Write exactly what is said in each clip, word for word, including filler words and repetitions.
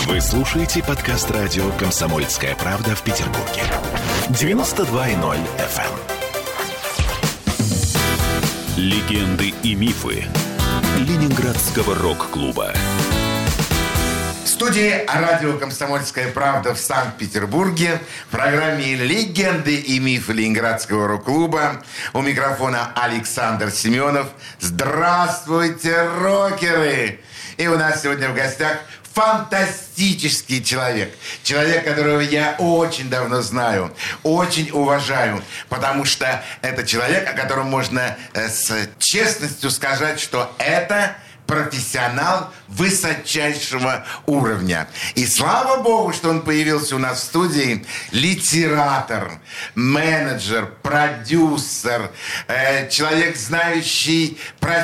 Вы слушаете подкаст радио «Комсомольская правда» в Петербурге. девяносто два и ноль эф эм. Легенды и мифы Ленинградского рок-клуба. В студии радио «Комсомольская правда» в Санкт-Петербурге в программе «Легенды и мифы Ленинградского рок-клуба». У микрофона Александр Семенов. Здравствуйте, рокеры! И у нас сегодня в гостях фантастический человек. Человек, которого я очень давно знаю, очень уважаю, потому что это человек, о котором можно э, с честностью сказать, что это профессионал высочайшего уровня. И слава богу, что он появился у нас в студии. Литератор, менеджер, продюсер, э, человек, знающий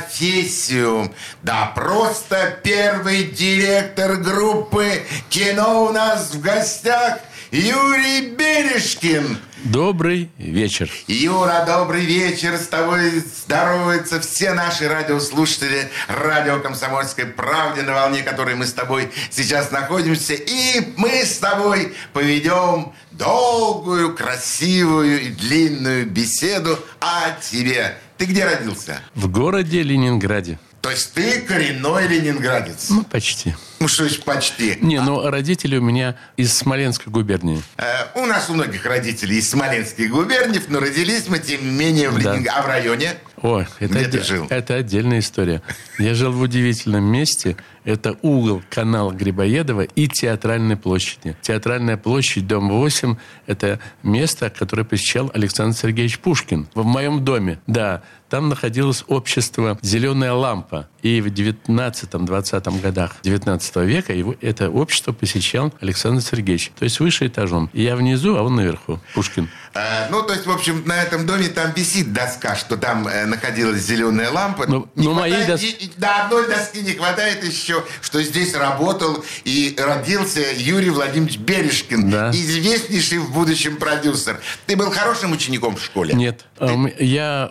профессию. Да, просто первый директор группы «Кино» у нас в гостях Юрий Бережкин. Добрый вечер. Юра, добрый вечер. С тобой здороваются все наши радиослушатели радио «Комсомольской правды», на волне которой мы с тобой сейчас находимся. И мы с тобой поведем долгую, красивую и длинную беседу о тебе. Ты где родился? В городе Ленинграде. То есть ты коренной ленинградец? Ну, почти. Ну, что ж почти? Не, ну, родители у меня из Смоленской губернии. Э, у нас у многих родителей из Смоленских губерний, но родились мы, тем не менее, в Да. Ленинграде. А в районе? Ой, это, Где оде- ты жил? это отдельная история. Я жил в удивительном месте. Это угол канала Грибоедова и Театральной площади. Театральная площадь, дом восемь, это место, которое посещал Александр Сергеевич Пушкин. В моем доме, да. Там находилось общество «Зеленая лампа». И в девятнадцатом-двадцатом годах девятнадцатого века его, это общество посещал Александр Сергеевич. То есть выше этажом. И я внизу, а он наверху. Пушкин. Э, ну, то есть, в общем, на этом доме там висит доска, что там э, находилась зеленая лампа. Ну, Не ну, моей хватает, дос- и- и до одной доски не хватает еще, что здесь работал и родился Юрий Владимирович Бережкин. Да. Известнейший в будущем продюсер. Ты был хорошим учеником в школе? Нет. А, м- Я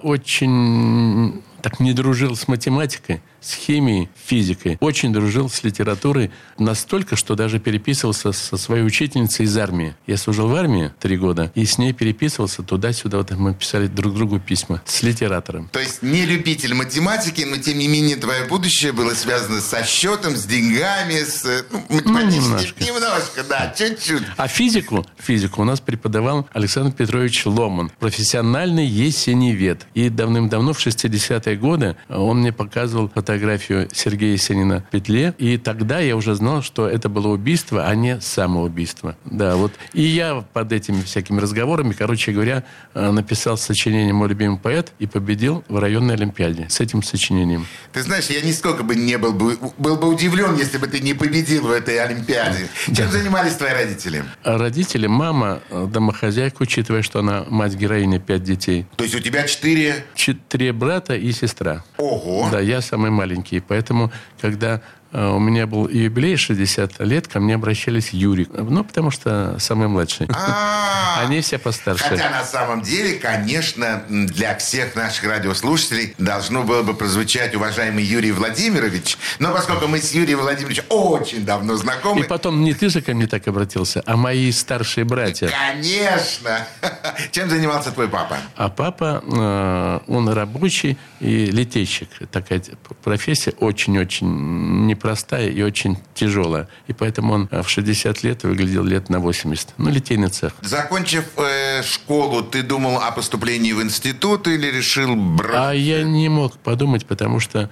очень так не дружил с математикой, с химией, физикой. Очень дружил с литературой настолько, что даже переписывался со своей учительницей из армии. Я служил в армии три года, и с ней переписывался туда-сюда. Вот мы писали друг другу письма с литератором. То есть не любитель математики, но тем не менее твое будущее было связано со счетом, с деньгами, с э, ну, математическим. немножко. Немножко, да, чуть-чуть. А физику, физику у нас преподавал Александр Петрович Ломан, профессиональный есеневед. И давным-давно, в шестидесятые годы, он мне показывал фотографию Сергея Есенина в петле. И тогда я уже знал, что это было убийство, а не самоубийство. Да, вот. И я под этими всякими разговорами, короче говоря, написал сочинение «Мой любимый поэт» и победил в районной олимпиаде с этим сочинением. Ты знаешь, я нисколько бы не был бы, был бы удивлен, если бы ты не победил в этой олимпиаде. Чем занимались твои родители? А родители, мама, домохозяйка, учитывая, что она мать-героиня, пять детей. То есть у тебя четыре... Четыре брата и сестра. Ого! Да, я самый маленький. Поэтому, когда э, у меня был юбилей шестьдесят лет, ко мне обращались Юрий. Ну, потому что самый младший. А-а-а. Они все постарше. Хотя на самом деле, конечно, для всех наших радиослушателей должно было бы прозвучать уважаемый Юрий Владимирович. Но поскольку мы с Юрием Владимировичем очень давно И знакомы... потом не ты же ко мне так обратился, а мои старшие братья. Конечно! Чем занимался твой папа? А папа, э, он рабочий и литейщик. Такая профессия очень-очень непростая и очень тяжелая. И поэтому он в шестьдесят лет выглядел лет на восемьдесят. Ну, литейный цех. Закончив э, школу, ты думал о поступлении в институт или решил брать? А я не мог подумать, потому что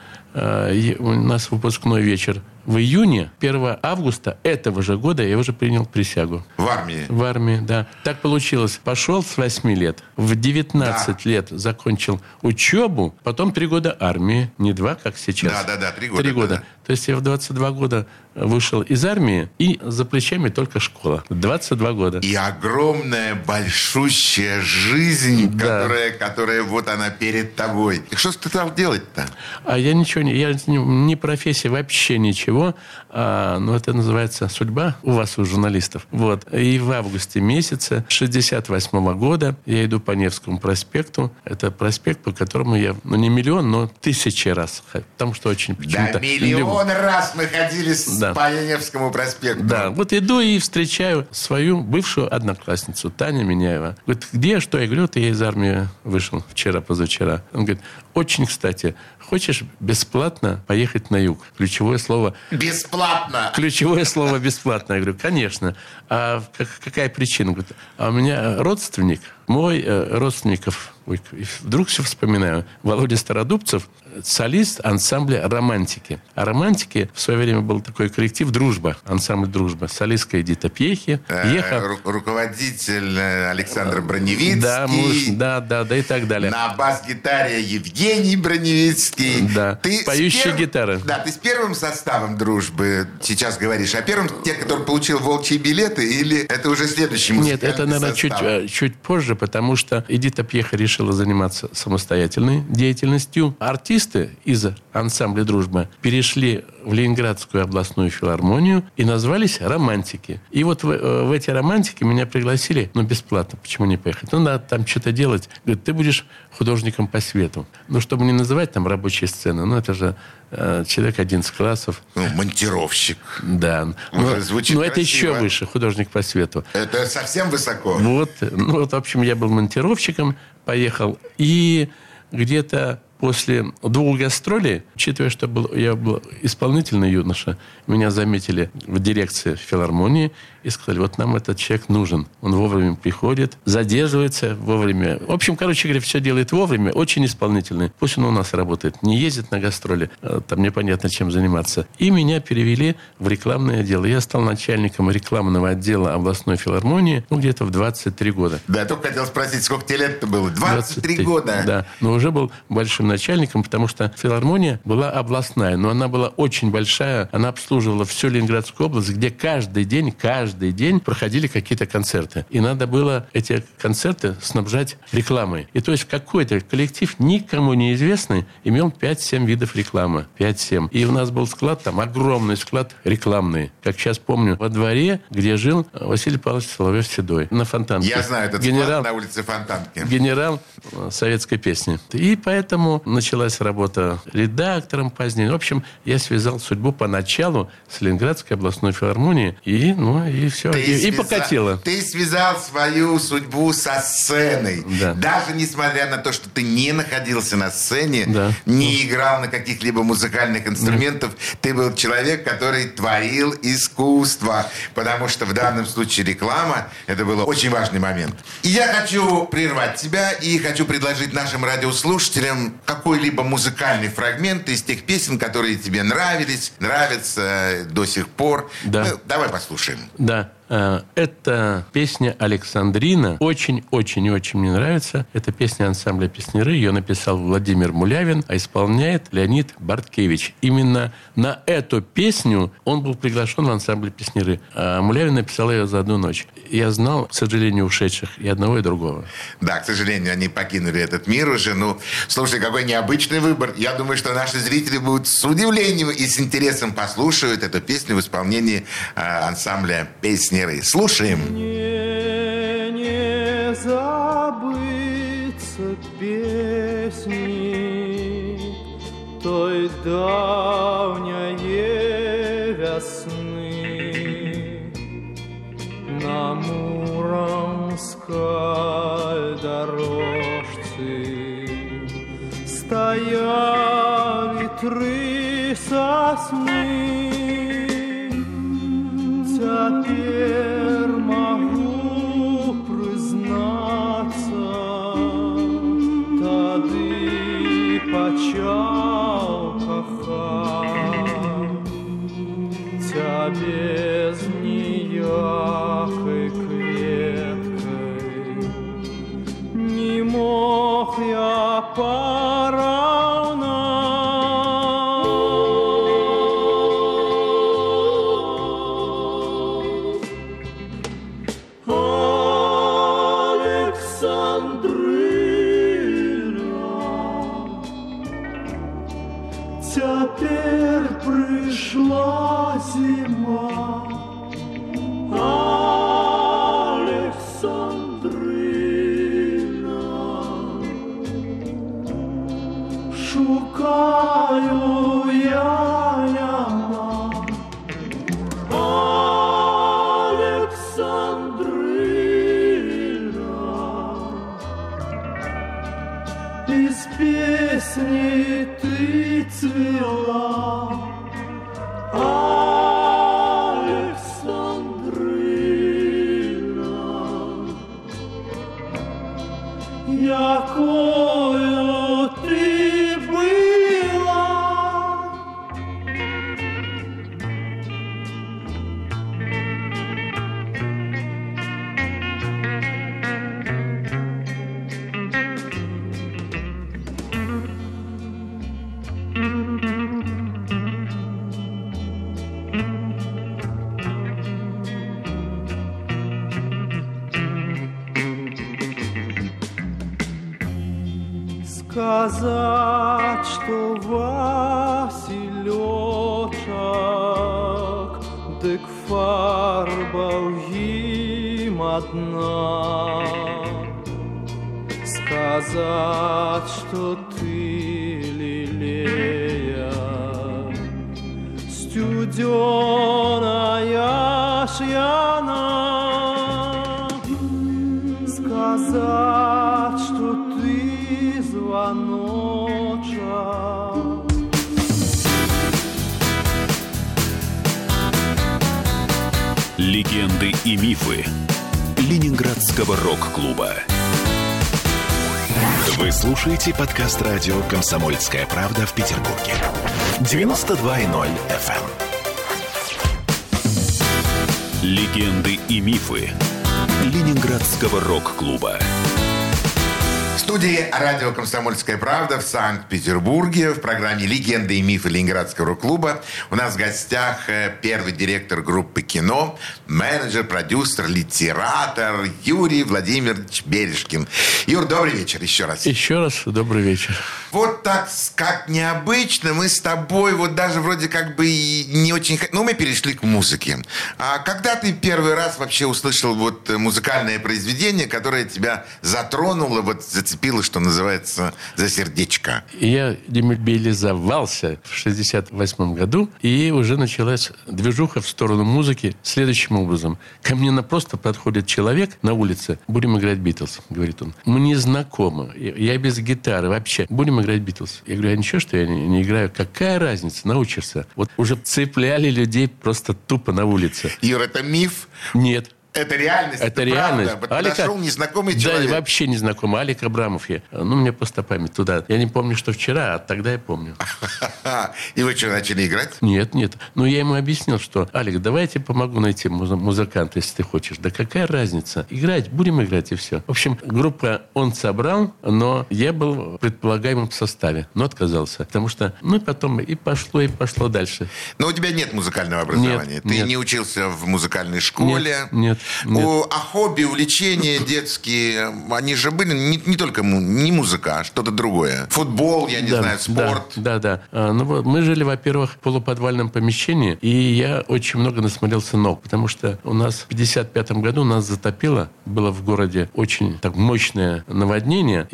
э, у нас выпускной вечер в июне, первого августа этого же года я уже принял присягу. В армии? В армии, да. Так получилось. Пошел с восьми лет. В девятнадцать да. лет закончил учебу. Потом три года армии. Не два, как сейчас. Да, да, да, три года. Три года. Да, да. То есть я в двадцать два года вышел из армии, и за плечами только школа. двадцать два года. И огромная, большущая жизнь, Да. которая, которая вот она перед тобой. И что ж ты стал делать-то? А я ничего не... Я не, не профессия, вообще ничего. А, ну, это называется судьба у вас, у журналистов. Вот. И в августе месяце шестьдесят восьмого года я иду по Невскому проспекту. Это проспект, по которому я, ну, не миллион, но тысячи раз. Потому что очень почему-то... Да, миллион люблю. раз мы ходили с Да. По Невскому проспекту. Да, вот иду и встречаю свою бывшую одноклассницу, Таня Миняева. Говорит, где, что? Я говорю, вот я из армии вышел вчера, позавчера. Он говорит, очень кстати, хочешь бесплатно поехать на юг? Ключевое слово... Бесплатно! Ключевое слово бесплатно. Я говорю, конечно. А как, какая причина? Говорит, а у меня родственник, мой э, родственников, ой, вдруг все вспоминаю, Володя Стародубцев, солист ансамбля «Романтики». А «Романтики» в свое время был такой коллектив «Дружба», ансамбль «Дружба». Солистка Эдита Пьехи. Ехал... Ру- руководитель Александр Броневицкий. Да, муж, да, да, да и так далее. На бас-гитаре Евгений Броневицкий. Да, ты поющая перв... гитара. Да, ты с первым составом «Дружбы» сейчас говоришь. А первым те, который получил волчьи билеты, или это уже следующий музыкальный Нет, это, наверное, чуть, состав? чуть позже, потому что Эдита Пьеха решила заниматься самостоятельной деятельностью. Артисты из ансамбля «Дружба» перешли в Ленинградскую областную филармонию и назвались «Романтики». И вот в, в эти «Романтики» меня пригласили, ну, бесплатно, почему не поехать? Ну, надо там что-то делать. Говорит, ты будешь художником по свету. Ну, чтобы не называть там рабочие сцены, ну, это же э, человек одиннадцать классов. Ну, монтировщик. Да. Но, звучит но это красиво. еще выше, художник по свету. Это совсем высоко. Вот, ну, вот, в общем, я был монтировщиком, поехал. И где-то после двух гастролей, учитывая, что был, я был исполнительный юноша, меня заметили в дирекции филармонии и сказали, вот нам этот человек нужен. Он вовремя приходит, задерживается вовремя. В общем, короче говоря, все делает вовремя, очень исполнительный. Пусть он у нас работает, не ездит на гастроли, там непонятно чем заниматься. И меня перевели в рекламное отдел. Я стал начальником рекламного отдела областной филармонии, ну, где-то в двадцать три года. Да, я только хотел спросить, сколько тебе лет-то было? двадцать три года? Да, но уже был большим начальником, потому что филармония была областная, но она была очень большая, она обслуживала всю Ленинградскую область, где каждый день, каждый день проходили какие-то концерты. И надо было эти концерты снабжать рекламой. И то есть какой-то коллектив, никому неизвестный, имел пять-семь видов рекламы. пять-семь. И у нас был склад, там огромный склад рекламный. Как сейчас помню, во дворе, где жил Василий Павлович Соловьев-Седой. На Фонтанке. Я знаю этот генерал, склад на улице Фонтанки. Генерал советской песни. И поэтому началась работа редактором позднее. В общем, я связал судьбу поначалу с Ленинградской областной филармонией. И, ну, и все. Ты И, и связа- покатило. Ты связал свою судьбу со сценой. Да. Даже несмотря на то, что ты не находился на сцене, Да. не играл на каких-либо музыкальных инструментах, ты был человек, который творил искусство. Потому что в данном случае реклама — это был очень важный момент. И я хочу прервать тебя и хочу предложить нашим радиослушателям какой-либо музыкальный фрагмент из тех песен, которые тебе нравились, нравятся до сих пор. Да. Ну, давай послушаем. Да. э, Это песня «Александрина». Очень-очень и очень мне нравится. Это песня ансамбля «Песняры». Ее написал Владимир Мулявин, а исполняет Леонид Барткевич. Именно на эту песню он был приглашен в ансамбль «Песняры». А Мулявин написал ее за одну ночь. Я знал, к сожалению, ушедших и одного, и другого. Да, к сожалению, они покинули этот мир уже. Ну, слушай, какой необычный выбор. Я думаю, что наши зрители будут с удивлением и с интересом послушают эту песню в исполнении э, ансамбля «Песняры». Слушаем. Мне не забыться песни той давней весны на Муромской дорожце стояли три сосны. Теперь могу признаться, тады почал кохать тебя без ніякой кветкой. Не мог я поравнать. Теперь пришла зима, Александрина. сказать, что Василечок, дык фарба им одна. Сказать, что ты лилея, студеная шьяна. Сказать, что ты звоночек. Легенды и мифы Ленинградского рок-клуба. Вы слушаете подкаст радио «Комсомольская правда» в Петербурге. девяносто два и ноль эф эм. Легенды и мифы Ленинградского рок-клуба. В студии радио «Комсомольская правда» в Санкт-Петербурге в программе «Легенды и мифы Ленинградского рок-клуба» у нас в гостях первый директор группы «Кино», менеджер, продюсер, литератор Юрий Владимирович Бережкин. Юр, добрый вечер еще раз. Еще раз добрый вечер. Вот так, как необычно, мы с тобой вот даже вроде как бы и не очень... Ну, мы перешли к музыке. А когда ты первый раз вообще услышал вот музыкальное произведение, которое тебя затронуло, вот зацепило, что называется, за сердечко? Я демобилизовался в шестьдесят восьмом году, и уже началась движуха в сторону музыки следующим образом. Ко мне на просто подходит человек на улице. Будем играть Битлз, говорит он. Мне знакомо. Я без гитары вообще. Будем играть Битлз. Я говорю, а ничего, что я не, не играю? Какая разница? Научишься. Вот уже цепляли людей просто тупо на улице. Юр, это миф? Нет. Это реальность, это, это реальность. Правда. Подошел Алик... незнакомый да, человек. Да, вообще незнакомый. Алик Абрамов я. Ну, мне просто память туда. Я не помню, что вчера, а тогда я помню. И вы что, начали играть? Нет, нет. Ну, я ему объяснил, что, Алик, давай я тебе помогу найти муз- музыканта, если ты хочешь. Да какая разница? Играть, будем играть, и все. В общем, группа он собрал, но я был в предполагаемом составе, но отказался. Потому что, ну, и потом и пошло, и пошло дальше. Но у тебя нет музыкального образования? Нет, ты нет. не учился в музыкальной школе? Нет, нет. нет. У, а хобби, увлечения детские, они же были не, не только му, не музыка, а что-то другое. Футбол, я не да, знаю, спорт. Да, да, да. А, ну, вот, мы жили, во-первых, в полуподвальном помещении, и я очень много насмотрелся ног, потому что у нас в пятьдесят пятом году нас затопило, было в городе очень так мощное наводнение,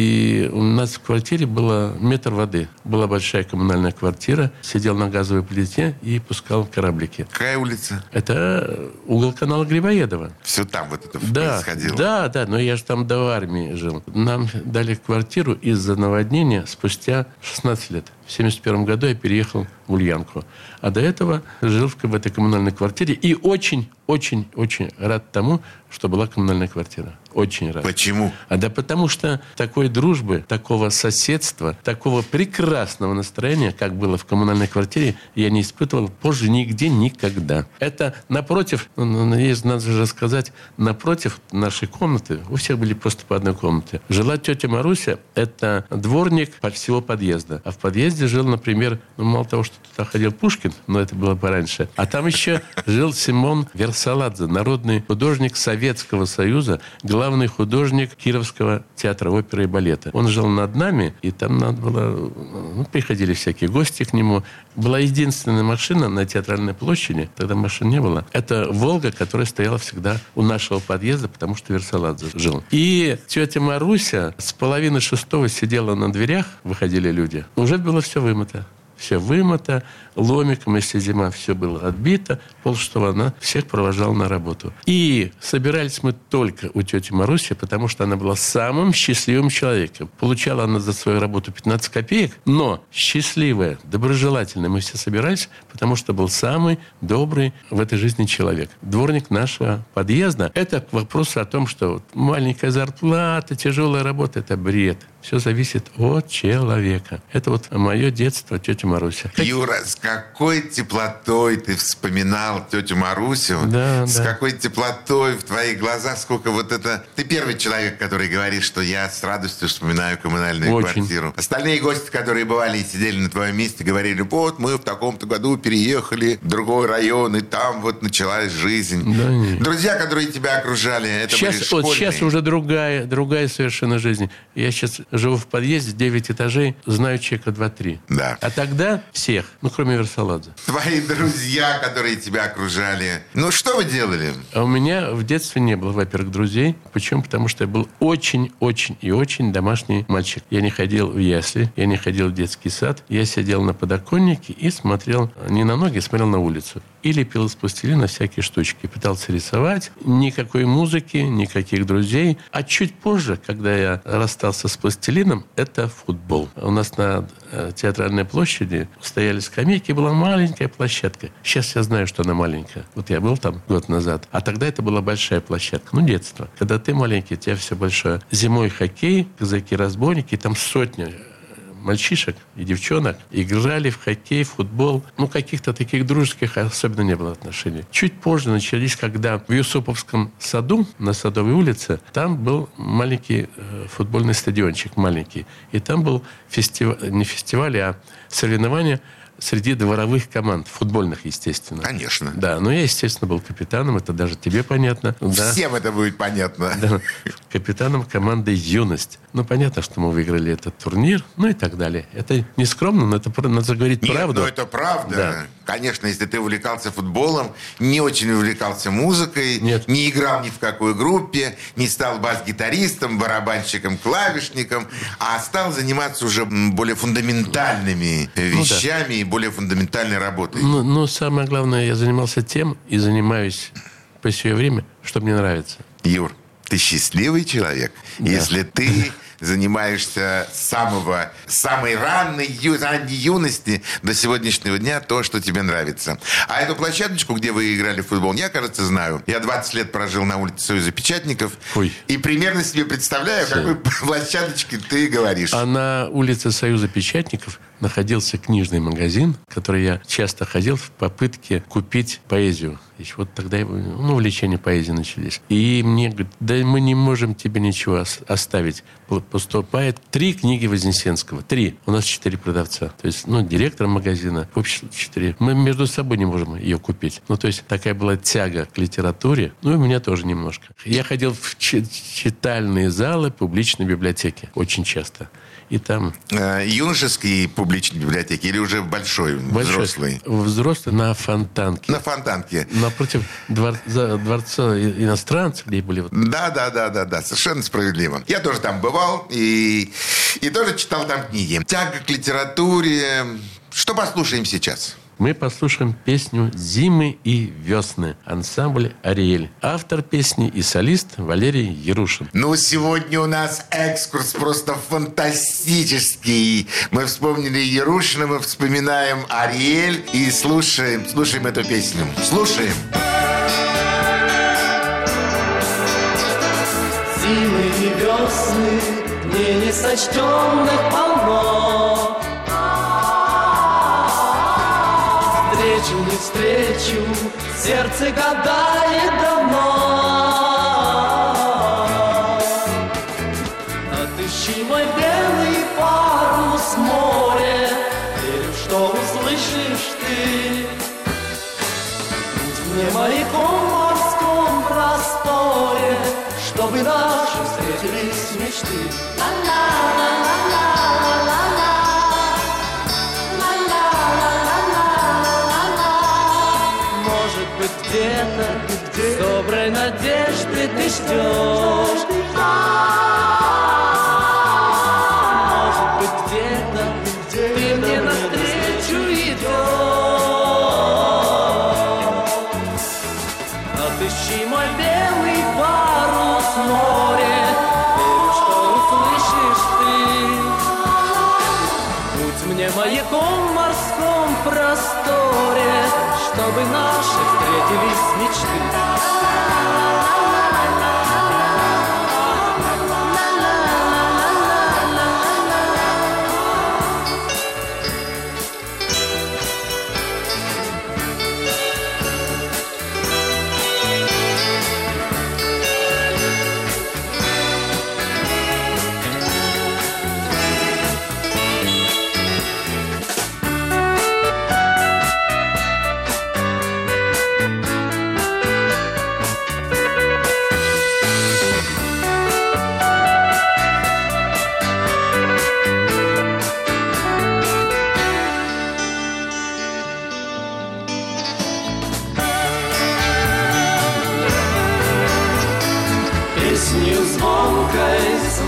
и у нас в квартире было метр воды. Была большая коммунальная квартира, сидел на газовой плите и пускал кораблики. Какая улица? Это угол канала Грибоедова. Все там вот это Да, происходило? да, да, но я же там до армии жил. Нам дали квартиру из-за наводнения спустя шестнадцать лет. В семьдесят первом году я переехал в Ульянку. А до этого жил в, в этой коммунальной квартире. И очень, очень, очень рад тому, что была коммунальная квартира. Очень рад. Почему? А да потому что такой дружбы, такого соседства, такого прекрасного настроения, как было в коммунальной квартире, я не испытывал позже нигде никогда. Это напротив, есть, надо же сказать, напротив нашей комнаты, у всех были просто по одной комнате, жила тетя Маруся, это дворник по всего подъезда. А в подъезде жил, например, ну, мало того, что туда ходил Пушкин, но это было пораньше, а там еще жил Симон Версаладзе, народный художник Советского Союза, главный художник Кировского театра оперы и балета. Он жил над нами, и там надо было... Ну, приходили всякие гости к нему. Была единственная машина на Театральной площади, тогда машин не было. Это «Волга», которая стояла всегда у нашего подъезда, потому что Версаладзе жил. И тетя Маруся с половины шестого сидела на дверях, выходили люди. Уже было все вымыто. Все вымыто, ломиком, если зима, все было отбито. Полшестого она всех провожала на работу. И собирались мы только у тети Маруси, потому что она была самым счастливым человеком. Получала она за свою работу пятнадцать копеек, но счастливая, доброжелательная. Мы все собирались, потому что был самый добрый в этой жизни человек. Дворник нашего подъезда. Это к вопросу о том, что вот маленькая зарплата, тяжелая работа – это бред. Все зависит от человека. Это вот мое детство, тетя Маруся. Юра, с какой теплотой ты вспоминал тетю Марусю. Да, с да. какой теплотой в твоих глазах, сколько вот это... Ты первый человек, который говорит, что я с радостью вспоминаю коммунальную Очень. квартиру. Остальные гости, которые бывали и сидели на твоем месте, говорили, вот мы в таком-то году переехали в другой район, и там вот началась жизнь. Да, нет. Друзья, которые тебя окружали, это Сейчас, были вот школьные. сейчас уже другая, другая совершенно жизнь. Я сейчас живу в подъезде, девять этажей, знаю человека два-три. Да. А тогда всех, ну, кроме Версаладзе. Твои друзья, которые тебя окружали. Ну, что вы делали? А у меня в детстве не было, во-первых, друзей. Почему? Потому что я был очень-очень и очень домашний мальчик. Я не ходил в ясли, я не ходил в детский сад. Я сидел на подоконнике и смотрел не на ноги, смотрел на улицу. И лепил из пластилина всякие штучки. Пытался рисовать. Никакой музыки, никаких друзей. А чуть позже, когда я расстался с пластилином, это футбол. У нас на э, театральной площади стояли скамейки, была маленькая площадка. Сейчас я знаю, что она маленькая. Вот я был там год назад. А тогда это была большая площадка. Ну, детство. Когда ты маленький, у тебя все большое. Зимой хоккей, казаки-разбойники, там сотни мальчишек и девчонок играли в хоккей, в футбол. Ну, каких-то таких дружеских особенно не было отношений. Чуть позже начались, когда в Юсуповском саду, на Садовой улице, там был маленький э, футбольный стадиончик, маленький. И там был фестиваль, не фестиваль, а соревнования среди дворовых команд, футбольных, естественно. Конечно. Да, но я, естественно, был капитаном, это даже тебе понятно. Да. Всем это будет понятно. Да, капитаном команды «Юность». Ну, понятно, что мы выиграли этот турнир, ну и так далее. Это не скромно, но это надо говорить Нет, правду. ну это правда. Да. Конечно, если ты увлекался футболом, не очень увлекался музыкой, Нет. не играл ни в какой группе, не стал бас-гитаристом, барабанщиком, клавишником, а стал заниматься уже более фундаментальными вещами и более фундаментальной работой. Ну, ну, самое главное, я занимался тем и занимаюсь по сие время, что мне нравится. Юр, ты счастливый человек, Да. если ты занимаешься с самого, самой ранней, ю, ранней юности до сегодняшнего дня то, что тебе нравится. А эту площадочку, где вы играли в футбол, я, кажется, знаю. Я двадцать лет прожил на улице Союза Печатников. Ой. И примерно себе представляю, о какой площадочке ты говоришь. А на улице Союза Печатников находился книжный магазин, в который я часто ходил в попытке купить поэзию. Еще вот тогда ну, увлечения поэзией начались. И мне говорят, да мы не можем тебе ничего оставить. Поступает три книги Вознесенского. Три. У нас четыре продавца. То есть, ну, директор магазина, в общем, четыре. Мы между собой не можем ее купить. Ну, то есть, такая была тяга к литературе. Ну, и у меня тоже немножко. Я ходил в читальные залы публичной библиотеки. Очень часто. И там... Э, юношеские публичные библиотеки или уже большой, Большой, взрослый? Взрослый на Фонтанке. На Фонтанке. Напротив дворца, дворца иностранцев, где были... Вот... Да, да, да, да, да, совершенно справедливо. Я тоже там бывал и, и тоже читал там книги. Тяга к литературе. Что послушаем сейчас? Мы послушаем песню «Зимы и весны». Ансамбль «Ариэль». Автор песни и солист Валерий Ярушин. Ну, сегодня у нас экскурс просто фантастический. Мы вспомнили Ярушина, мы вспоминаем Ариэль и слушаем, слушаем эту песню. Слушаем. Зимы и весны, дней несочтенных полно. Встречу, не встречу, сердце гадает давно. Отыщи мой белый парус море, верю, что услышишь ты. Будь мне моряком в морском просторе, чтобы наши встретились мечты. Может быть, где-то с доброй надежды ты ждешь. Может быть, где-то ты мне навстречу идешь. Отыщи мой белый парус море, верю, что услышишь ты. Будь мне маяком в морском просторе, чтобы наши встретились мечты.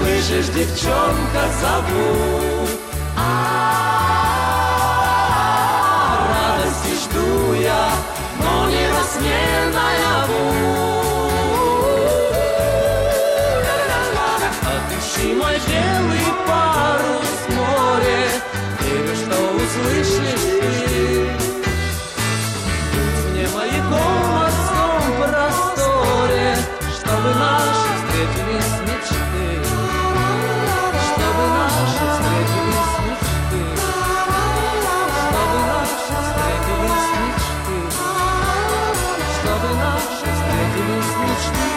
Слышишь, девчонка, зову. Радости жду я, но не во сне наяву. Отыщи мой белый парус в море, верю, что услышишь ты. Будь мне маяком в морском просторе, чтобы наши встретились мечты, чтобы наши встретились мечты, чтобы наши встретились мечты, чтобы наши встретились мечты.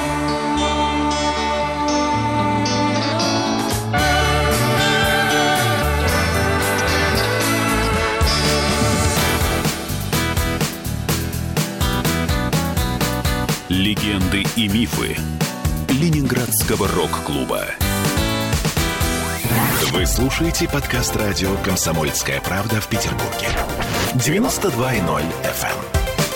Легенды и мифы Ленинградского рок-клуба. Вы слушаете подкаст радио «Комсомольская правда» в Петербурге. девяносто два и ноль эф эм.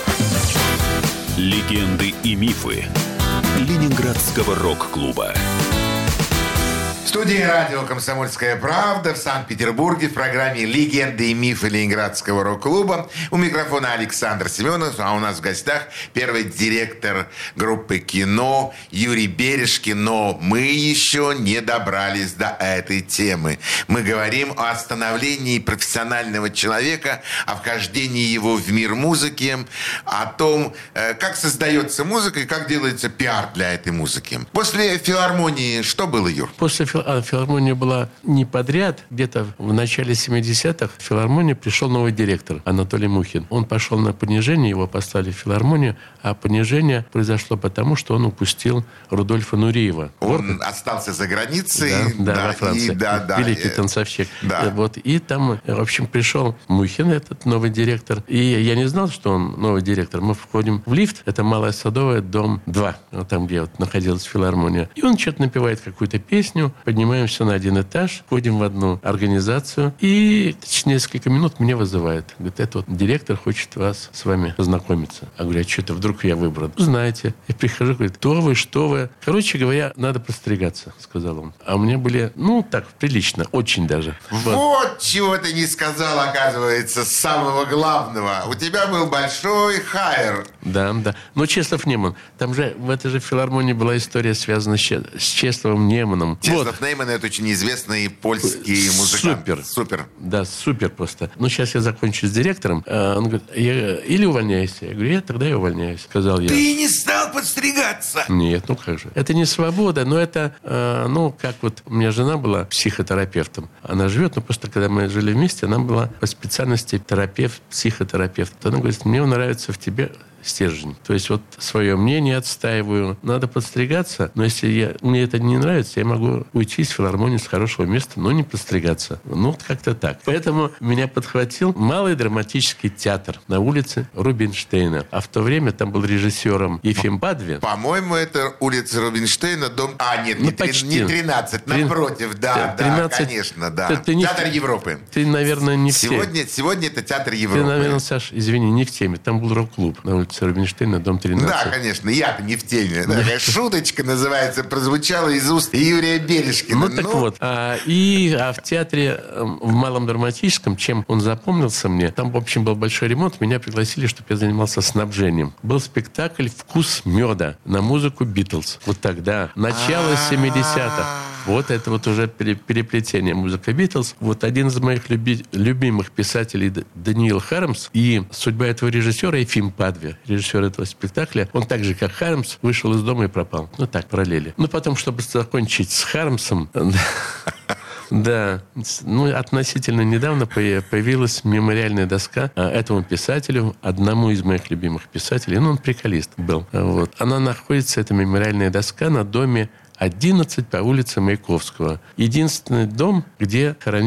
Легенды и мифы Ленинградского рок-клуба. В студии радио «Комсомольская правда» в Санкт-Петербурге в программе «Легенды и мифы Ленинградского рок-клуба». У микрофона Александр Семенов, а у нас в гостях первый директор группы «Кино» Юрий Бережкин. Но мы еще не добрались до этой темы. Мы говорим о становлении профессионального человека, о вхождении его в мир музыки, о том, как создается музыка и как делается пиар для этой музыки. После филармонии что было, Юр? После фил... а, филармония была не подряд. Где-то в начале семидесятых в филармонию пришел новый директор Анатолий Мухин. Он пошел на понижение, его поставили в филармонию, а понижение произошло потому, что он упустил Рудольфа Нуриева. Он вот. остался за границей. Да, да, да во Франции. И, да, да, Великий и, танцовщик. Да. Вот, и там, в общем, пришел Мухин, этот новый директор. И я не знал, что он новый директор. Мы входим в лифт. Это Малая Садовая, дом два. Вот там, где вот находилась филармония. И он что-то напевает какую-то песню. Поднимаемся на один этаж, входим в одну организацию. И через несколько минут меня вызывает. Говорит, это вот директор хочет вас с вами познакомиться. А говорю, а что-то вдруг я выбран. Знаете. Я прихожу, говорит, кто вы, что вы? Короче говоря, надо постригаться, сказал он. А у меня были, ну, так, прилично, очень даже. Вот, вот чего ты не сказал, оказывается, самого главного. У тебя был большой хайр. Да, да. Но Чеслов Неман. Там же, в этой же филармонии была история, связанная с, с Чесловым Неманом. Чеслов вот. Неман — это очень известный польский музыкант. Супер. Супер. Да, супер просто. Ну, сейчас я закончу с директором. Он говорит, я, или увольняйся. Я говорю, я тогда я увольняюсь, сказал я. Ты не стал подстригаться? Нет, ну как же. Это не свобода, но это, э, ну, как вот у меня жена была психотерапевтом. Она живет, но просто когда мы жили вместе, она была по специальности терапевт, психотерапевт. Она говорит, мне нравится в тебе стержень. То есть вот свое мнение отстаиваю. Надо подстригаться, но если я, мне это не нравится, я могу уйти из филармонии с хорошего места, но не подстригаться. Ну, вот как-то так. Поэтому меня подхватил Малый драматический театр на улице Рубинштейна. А в то время там был режиссером Ефим Бадви. По-моему, это улица Рубинштейна, дом... А, нет, Ну, не, три... почти. не тринадцать, напротив, да, тринадцать. да, конечно, да. Ты- ты не- Театр Европы. Ты, наверное, не в теме. Сегодня, сегодня это Театр Ты, Европы. наверное, Саш, извини, не в теме. Там был рок-клуб на улице Рубинштейна, дом тринадцать. Да, конечно, я-то не в теме. Такая шуточка называется, прозвучала из уст Юрия Бережкина. Ну, так вот. А, и а в театре, э, в Малом драматическом, чем он запомнился мне, там, в общем, был большой ремонт, меня пригласили, чтобы я занимался снабжением. Был спектакль «Вкус меда» на музыку «Битлз». Вот тогда, начало семидесятых. Вот это вот уже пере- переплетение музыка «Битлз». Вот один из моих люби- любимых писателей Д- Даниил Хармс и судьба этого режиссера Ефим Бадви, режиссер этого спектакля, он так же, как Хармс, вышел из дома и пропал. Ну так, параллели. Ну потом, чтобы закончить с Хармсом... Да, ну, относительно недавно появилась мемориальная доска этому писателю, одному из моих любимых писателей. Ну, он приколист был. Вот. Она находится, эта мемориальная доска, на доме одиннадцать по улице Маяковского. Единственный дом, где хоронились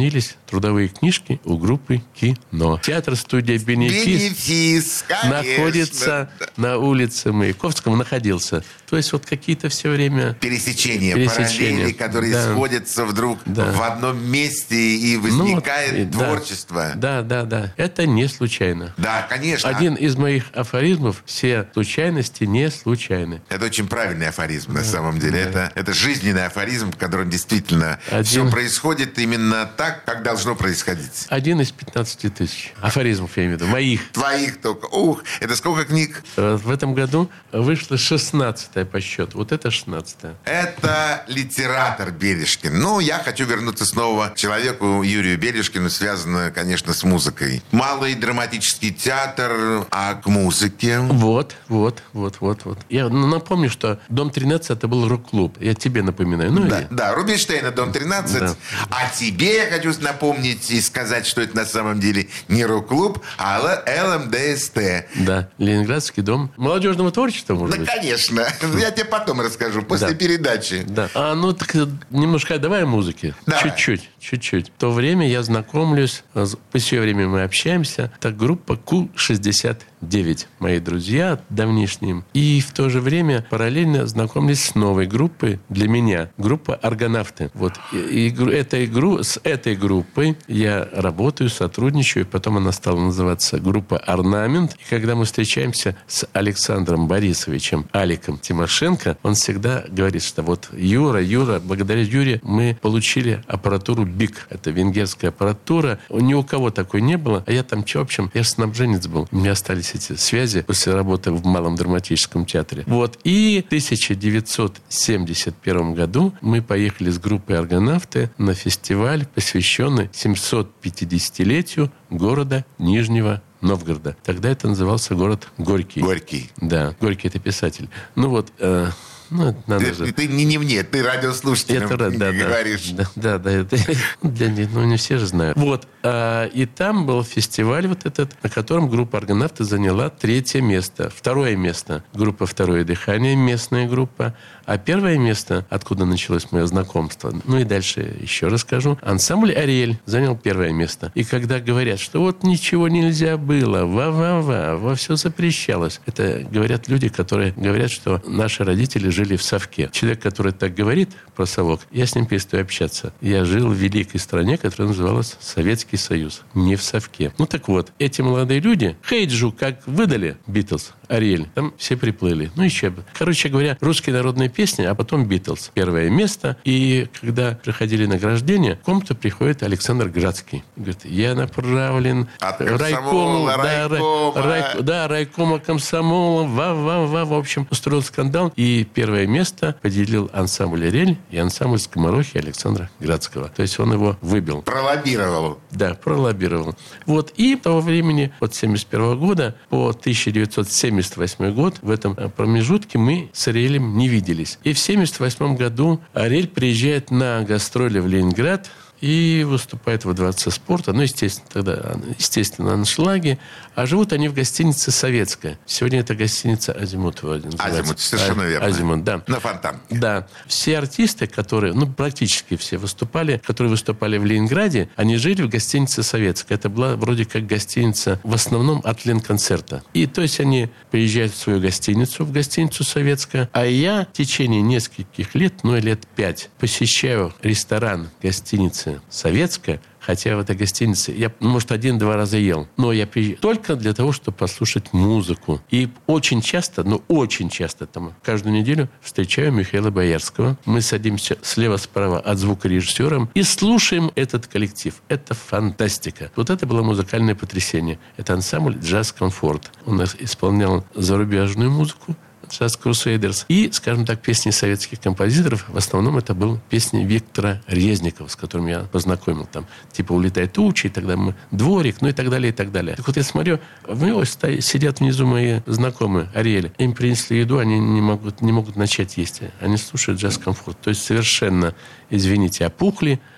трудовые книжки у группы «Кино». Театр-студия «Бенефис», Бенефис, конечно. находится на улице Маяковского, находился. То есть вот какие-то все время... Пересечения, Пересечения. параллели, которые Да. сходятся вдруг Да. в одном месте, и возникает Ну, вот, да. творчество. Да, да, да. Это не случайно. Да, конечно. Один из моих афоризмов: все случайности не случайны. Это очень правильный афоризм, на самом деле. Это, это жизненный афоризм, в котором действительно Один- все происходит именно так, как должно происходить. Один из пятнадцати тысяч афоризмов, я имею в виду, моих. Твоих только. Ух, это сколько книг? Э, В этом году вышло шестнадцатая по счету. Вот это шестнадцатая. Это литератор Бережкин. Ну, я хочу вернуться снова к человеку Юрию Бережкину, связанно, конечно, с музыкой. Малый драматический театр, а к музыке? Вот, вот, вот, вот, вот. Я ну, напомню, что Дом тринадцать это был рок-клуб. Я тебе напоминаю. Ну, Да, или- да, Рубинштейна, Дом тринадцать. Да. А тебе я хочу напомнить и сказать, что это на самом деле не рок-клуб, а эл эм дэ эс тэ. Да, Ленинградский дом молодежного творчества, может Ну, быть. конечно. Я тебе потом расскажу, после Да. передачи. Да. А ну так э, немножко давай музыки. Давай. Чуть-чуть, чуть-чуть. В то время я знакомлюсь, э, с- по сие время мы общаемся. Это группа Ку шестьдесят девять. Мои друзья давнишние. И в то же время параллельно знакомлюсь с новой группой для меня. Группа «Аргонавты». Вот. И, и гру- этой гру- с этой группой я работаю, сотрудничаю. Потом она стала называться группа «Орнамент». И когда мы встречаемся с Александром Борисовичем Аликом Тимошенко, он всегда говорит, что вот Юра, Юра, благодаря Юре мы получили аппаратуру БИК. Это венгерская аппаратура. Ни у кого такой не было. А я там, че, в общем, я же снабженец был. У меня остались эти связи после работы в Малом драматическом театре. Вот. И в тысяча девятьсот семьдесят первом году мы поехали с группой «Аргонавты» на фестиваль, посвященный семисот-пятидесятилетию города Нижнего Новгорода. Тогда это назывался город Горький. Горький. Да, Горький — это писатель. Ну вот, э, ну, это надо Ты, же... ты не, не мне, ты радиослушателям Это, да, да, говоришь. да, да, да, это, для них, ну, не все же знают. Вот, а, и там был фестиваль вот этот, на котором группа «Аргонавты» заняла третье место. Второе место — группа «Второе дыхание», местная группа. А первое место, откуда началось мое знакомство, ну и дальше еще расскажу, ансамбль «Ариэль» занял первое место. И когда говорят, что вот ничего нельзя было, ва-ва-ва, во все запрещалось, это говорят люди, которые говорят, что наши родители жили в совке. Человек, который так говорит про совок, я с ним перестаю общаться. Я жил в великой стране, которая называлась Советский Союз, не в совке. Ну так вот, эти молодые люди, Хейджу как выдали Битлз, Ариэль, там все приплыли. Ну еще бы. Короче говоря, русские народные песни, а потом Битлз. Первое место. И когда проходили награждение, в комнату приходит Александр Градский. Говорит, я направлен От комсомола, да, райкома. рай- да, райкома комсомола, ва-ва-ва, в общем, устроил скандал. И первое место поделил ансамбль «Ариэль» и ансамбль «Скоморохи» Александра Градского. То есть он его выбил. Пролоббировал. Да, пролоббировал. Вот. И того времени, от семьдесят первого года по тысяча девятьсот семьдесят восьмой год, в этом промежутке мы с Ариэлем не виделись. И в семьдесят восьмом году Ариэль приезжает на гастроли в Ленинград и выступает во Дворце спорта. Ну, естественно, тогда, естественно, на аншлаге. А живут они в гостинице «Советская». Сегодня это гостиница «Азимут». называется. Азимут, совершенно А- верно. Азимут, да. На Фонтанке. Да. Все артисты, которые, ну, практически все выступали, которые выступали в Ленинграде, они жили в гостинице «Советская». Это была вроде как гостиница, в основном от Ленконцерта. И то есть они приезжают в свою гостиницу, в гостиницу «Советская», а я в течение нескольких лет, ну, лет пять, посещаю ресторан гостиницы «Советская», хотя в этой гостинице я, может, один-два раза ел. Но я приезжаю только для того, чтобы послушать музыку. И очень часто, ну, очень часто, там, каждую неделю встречаю Михаила Боярского. Мы садимся слева-справа от звукорежиссера и слушаем этот коллектив. Это фантастика. Вот это было музыкальное потрясение. Это ансамбль «Джаз Комфорт». Он нас исполнял зарубежную музыку, Jazz Crusaders. И, скажем так, песни советских композиторов, в основном это были песни Виктора Резникова, с которым я познакомил. Там, типа «Улетай тучи», и тогда мы «Дворик», ну и так далее, и так далее. Так вот я смотрю, в него сидят внизу мои знакомые, Ариэль. Им принесли еду, они не могут, не могут начать есть. Они слушают «Джаз Комфорт». То есть совершенно, извините, опухли,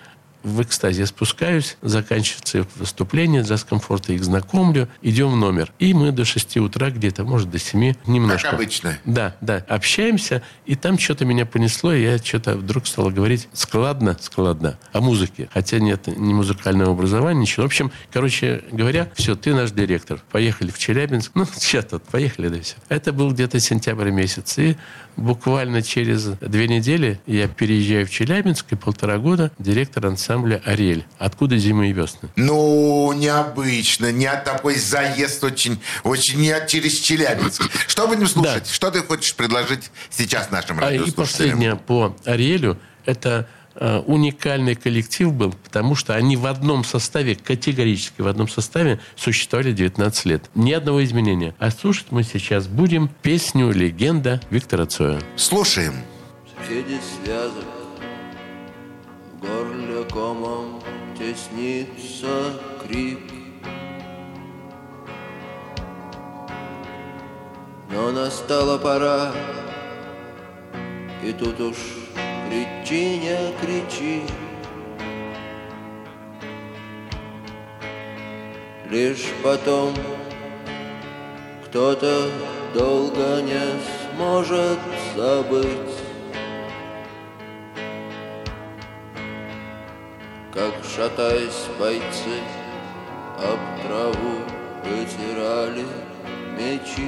в экстазе спускаюсь, заканчивается выступление, за комфорта их знакомлю, идем в номер. И мы до шести утра где-то, может, до семи, немножко. Как обычно. Да, да, общаемся, и там что-то меня понесло, и я что-то вдруг стал говорить складно, складно о музыке. Хотя нет ни музыкального образования, ничего. В общем, короче говоря, все, ты наш директор. Поехали в Челябинск. Ну, сейчас тут, поехали, да все. Это был где-то сентябрь месяц. И буквально через две недели я переезжаю в Челябинск, и полтора года директор ансамбля «Ариэль». Откуда зимы и весны. Ну, необычно. Не такой заезд очень, очень не через Челябинск. Что будем слушать? Да. Что ты хочешь предложить сейчас нашим А и радиослушателям? последнее по «Ариэлю». Это э, уникальный коллектив был, потому что они в одном составе, категорически в одном составе существовали девятнадцать лет. Ни одного изменения. А слушать мы сейчас будем песню «Легенда» Виктора Цоя. Слушаем. Среди связок в горле комом теснится крик. Но настала пора, и тут уж кричи, не кричи. Лишь потом кто-то долго не сможет забыть, как, шатаясь, бойцы об траву вытирали мечи.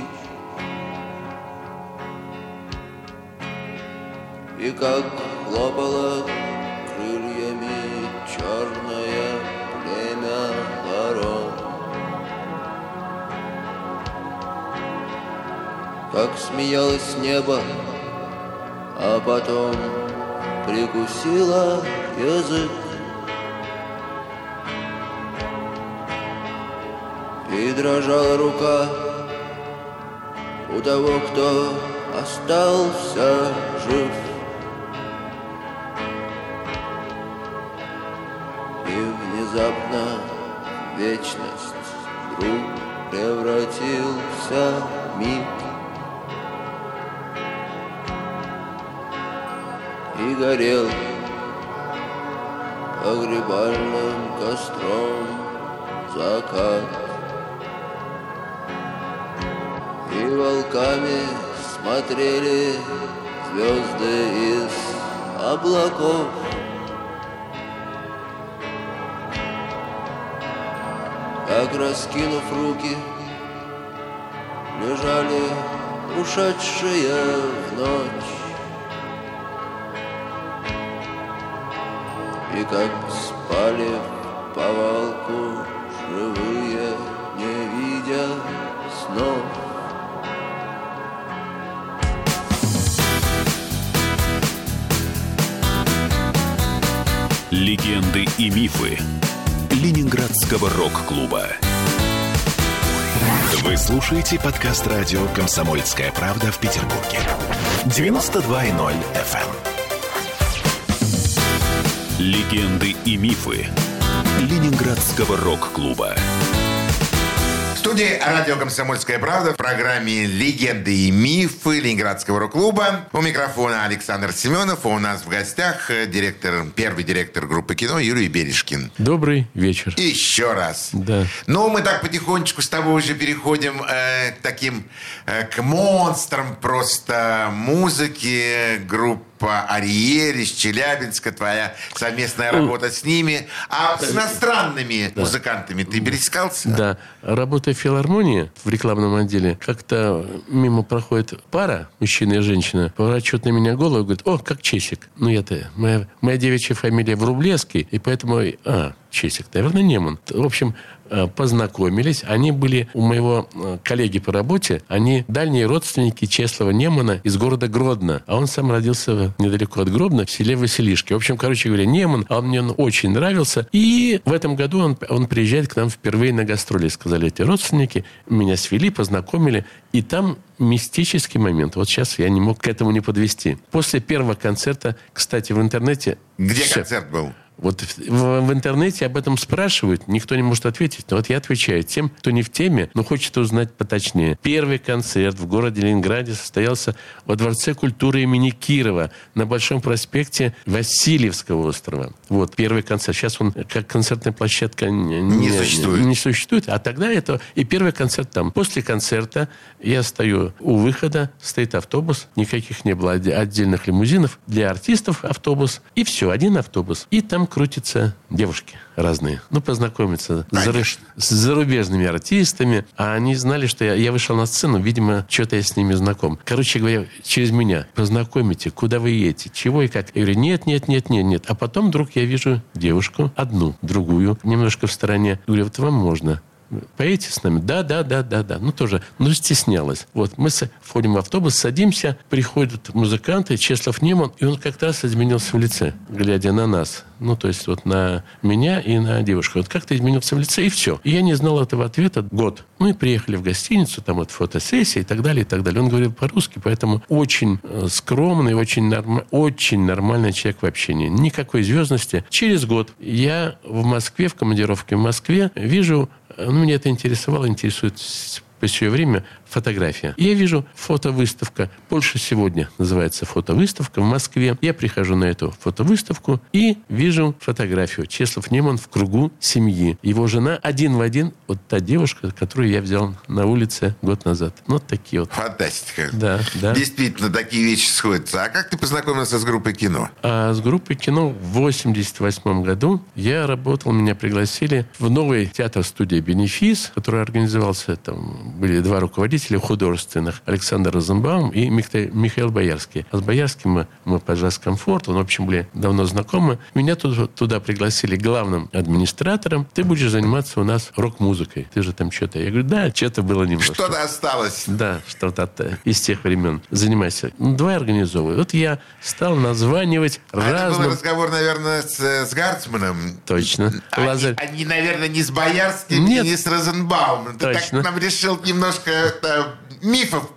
И как хлопало крыльями черное племя ворон, как смеялось небо, а потом прикусило язык. И дрожала рука у того, кто остался жив. И внезапно вечность вдруг превратился в миг. И горел погребальным костром закат. И волками смотрели звезды из облаков. Как, раскинув руки, лежали ушедшие в ночь. И как спали в повалку живые, не видя снов. Легенды и мифы Ленинградского рок-клуба. Вы слушаете подкаст радио «Комсомольская правда» в Петербурге. девяносто два и ноль эф эм. Легенды и мифы Ленинградского рок-клуба. В студии радио «Комсомольская правда» в программе «Легенды и мифы» Ленинградского рок-клуба. У микрофона Александр Семенов. А у нас в гостях директор, первый директор группы кино Юрий Бережкин. Добрый вечер. Еще раз. Да. Ну, мы так потихонечку с тобой уже переходим э, к таким, э, к монстрам просто музыки. Группа «Ариэль» из Челябинска, твоя совместная работа с ними. А с иностранными да. музыкантами ты пересекался? Да. Работая в филармонии в рекламном отделе, как-то мимо проходит пара, мужчина и женщина, поворачивает на меня голову и говорит: о, как Чесик. Ну, я-то, моя, моя девичья фамилия Врублевский, и поэтому, а, Чесик, наверное, Неман. В общем, познакомились. Они были у моего коллеги по работе. Они дальние родственники Чеслова Немана из города Гродно. А он сам родился недалеко от Гродно, в селе Василишки. В общем, короче говоря, Неман, а он мне очень нравился. И в этом году он, он приезжает к нам впервые на гастроли. Сказали эти родственники. Меня свели, познакомили. И там мистический момент. Вот сейчас я не мог к этому не подвести. После первого концерта, кстати, в интернете... Где все. концерт был? Вот в, в, в интернете об этом спрашивают, никто не может ответить. Но вот я отвечаю тем, кто не в теме, но хочет узнать поточнее. Первый концерт в городе Ленинграде состоялся во Дворце культуры имени Кирова на Большом проспекте Васильевского острова. Вот, первый концерт. Сейчас он как концертная площадка не, не, существует. не, не существует. А тогда это и первый концерт там. После концерта я стою у выхода, стоит автобус, никаких не было отдельных лимузинов. Для артистов автобус. И все, один автобус. И там крутятся девушки разные. Ну, познакомиться с, зару... с зарубежными артистами. А они знали, что я, я вышел на сцену. Видимо, что-то я с ними знаком. Короче говоря, через меня. Познакомите, куда вы едете, чего и как. Я говорю, нет, нет, нет, нет, нет. А потом вдруг я вижу девушку, одну, другую, немножко в стороне. Говорю, вот вам можно. Поедете с нами? Да, да, да, да, да. Ну, тоже, ну, стеснялась. Вот, мы входим в автобус, садимся, приходят музыканты, Чеслов Неман, и он как раз изменился в лице, глядя на нас. Ну, то есть, вот на меня и на девушку. Вот как-то изменился в лице, и все. И я не знал этого ответа год. Ну, и приехали в гостиницу, там вот фотосессия и так далее, и так далее. Он говорил по-русски, поэтому очень скромный, очень, норм... очень нормальный человек в общении. Никакой звездности. Через год я в Москве, в командировке в Москве, вижу. Ну, меня это интересовало, интересует по сие время фотография. И я вижу фотовыставка. «Польша сегодня» называется фотовыставка в Москве. Я прихожу на эту фотовыставку и вижу фотографию. Чеслов Неман в кругу семьи. Его жена один в один, вот та девушка, которую я взял на улице год назад. Ну, вот такие вот. Фантастика. Да, да. Действительно, такие вещи сходятся. А как ты познакомился с группой «Кино»? А с группой «Кино» в восемьдесят восьмом году я работал, меня пригласили в новый театр-студия «Бенефис», который организовался, там были два руководителя художественных, Александр Розенбаум и Михаил Боярский. А с Боярским мы, мы по «Джаз-комфорту», в общем, были давно знакомы. Меня туда, туда пригласили главным администратором. Ты будешь заниматься у нас рок-музыкой. Ты же там что-то... Я говорю, да, что-то было немножко. Что-то осталось. Да, что-то от, из тех времен. Занимайся. Ну, давай организовывай. Вот я стал названивать а разным... Это был разговор, наверное, с, с Гарцманом. Точно. Они, Лазарь... они, наверное, не с Боярским, Нет. и не с Розенбаумом. Ты Точно. так нам решил немножко это, мифов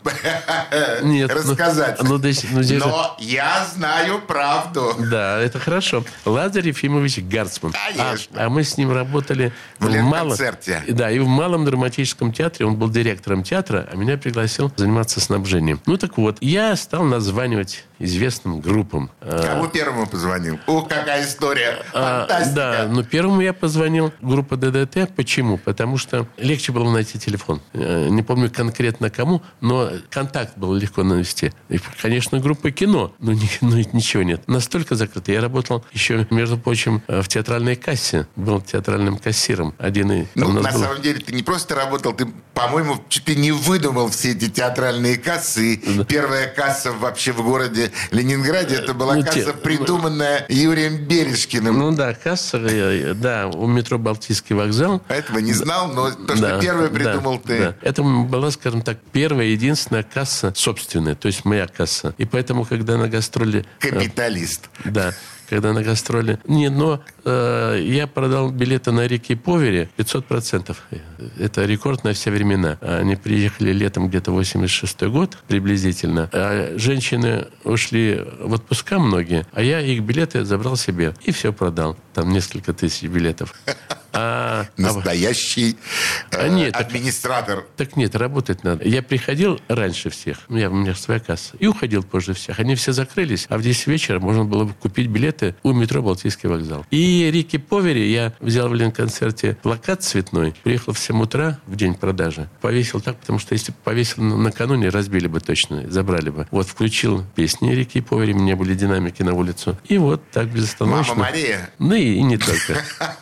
Нет, рассказать. Ну, ну, ну, здесь Но же... я знаю правду. Да, это хорошо. Лазарь Ефимович Гарцман. Конечно. А, а мы с ним работали в, в малом... концерте. Да, и в Малом драматическом театре. Он был директором театра, а меня пригласил заниматься снабжением. Ну так вот, я стал названивать известным группам. Кому первому позвонил? О, какая история. Фантастика. А, да, но первому я позвонил группа ДДТ. Почему? Потому что легче было найти телефон. Не помню конкретно кому, но контакт было легко навести. И, конечно, группа «Кино», но, ни, но ничего нет. Настолько закрыто. Я работал еще, между прочим, в театральной кассе. Был театральным кассиром. Один и... Ну, на было... самом деле, ты не просто работал, ты, по-моему, чуть ли не выдумал все эти театральные кассы. И да. Первая касса вообще в городе Ленинграде, это была ну, касса, те... придуманная Юрием Бережкиным. Ну да, касса, да, у метро «Балтийский вокзал». Этого не знал, но то, что да, первое придумал да, ты. Да. Это была, скажем так, первая и единственная касса собственная, то есть моя касса. И поэтому, когда на гастроли... Капиталист. Э, да. Когда на гастроли... Не, но э, я продал билеты на Рике Повере пятьсот процентов. Это рекорд на все времена. Они приехали летом где-то восемьдесят шестой год приблизительно. А женщины ушли в отпуска многие, а я их билеты забрал себе. И все продал. Там несколько тысяч билетов. А, Настоящий а, э, нет, администратор. Так, так нет, работать надо. Я приходил раньше всех, у меня, у меня своя касса, и уходил позже всех. Они все закрылись, а в десять вечера можно было бы купить билеты у метро «Балтийский вокзал». И Рике Повере я взял в Ленконцерте плакат цветной, приехал в семь утра в день продажи, повесил так, потому что если бы повесил накануне, разбили бы точно, забрали бы. Вот, включил песни Рике Повере, у меня были динамики на улицу, и вот так безостановочно. «Мама Мария». Ну и, и не только.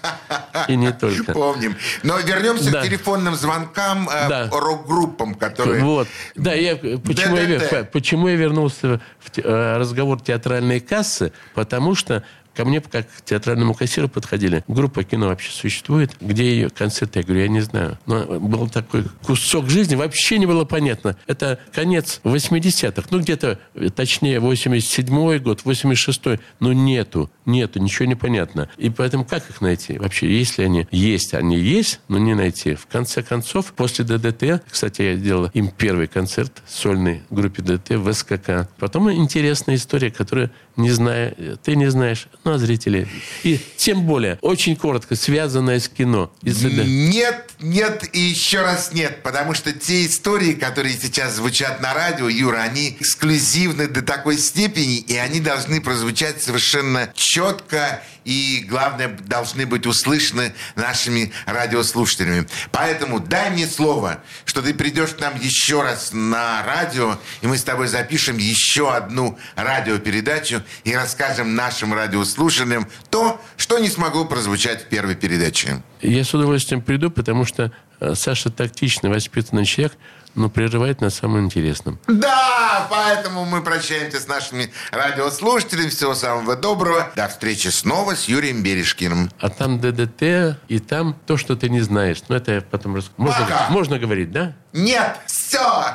И не только. Помним. Но вернемся да. к телефонным звонкам, э, да. рок-группам, которые... Вот. Да, я, почему, я, почему я вернулся в те, разговор театральной кассы? Потому что ко мне, как к театральному кассиру, подходили. Группа «Кино» вообще существует? Где ее концерты? Я говорю, я не знаю. Но был такой кусок жизни, вообще не было понятно. Это конец восьмидесятых. Ну, где-то, точнее, восемьдесят седьмой год, восемьдесят шестой. Но нету, нету, ничего не понятно. И поэтому как их найти? Вообще, если они есть, они есть, но не найти. В конце концов, после ДДТ, кстати, я делал им первый концерт сольной группе ДДТ в СКК. Потом интересная история, которую не знаю, ты не знаешь. Ну, а зрители... И тем более, очень коротко, связанное с кино. Из-за... Нет, нет и еще раз нет. Потому что те истории, которые сейчас звучат на радио, Юра, они эксклюзивны до такой степени, и они должны прозвучать совершенно четко, и, главное, должны быть услышаны нашими радиослушателями. Поэтому дай мне слово, что ты придешь к нам еще раз на радио, и мы с тобой запишем еще одну радиопередачу и расскажем нашим радиослушателям то, что не смогло прозвучать в первой передаче. Я с удовольствием приду, потому что Саша тактичный, воспитанный человек, но прерывает на самом интересном. Да, поэтому мы прощаемся с нашими радиослушателями. Всего самого доброго. До встречи снова с Юрием Бережкиным. А там ДДТ, и там то, что ты не знаешь. Ну, это я потом расскажу. Можно, можно говорить, да? Нет, все!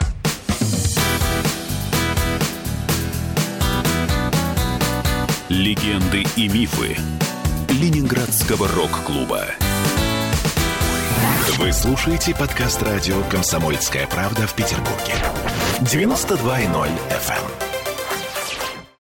Легенды и мифы Ленинградского рок-клуба. Вы слушаете подкаст радио «Комсомольская правда» в Петербурге. девяносто два и ноль эф эм.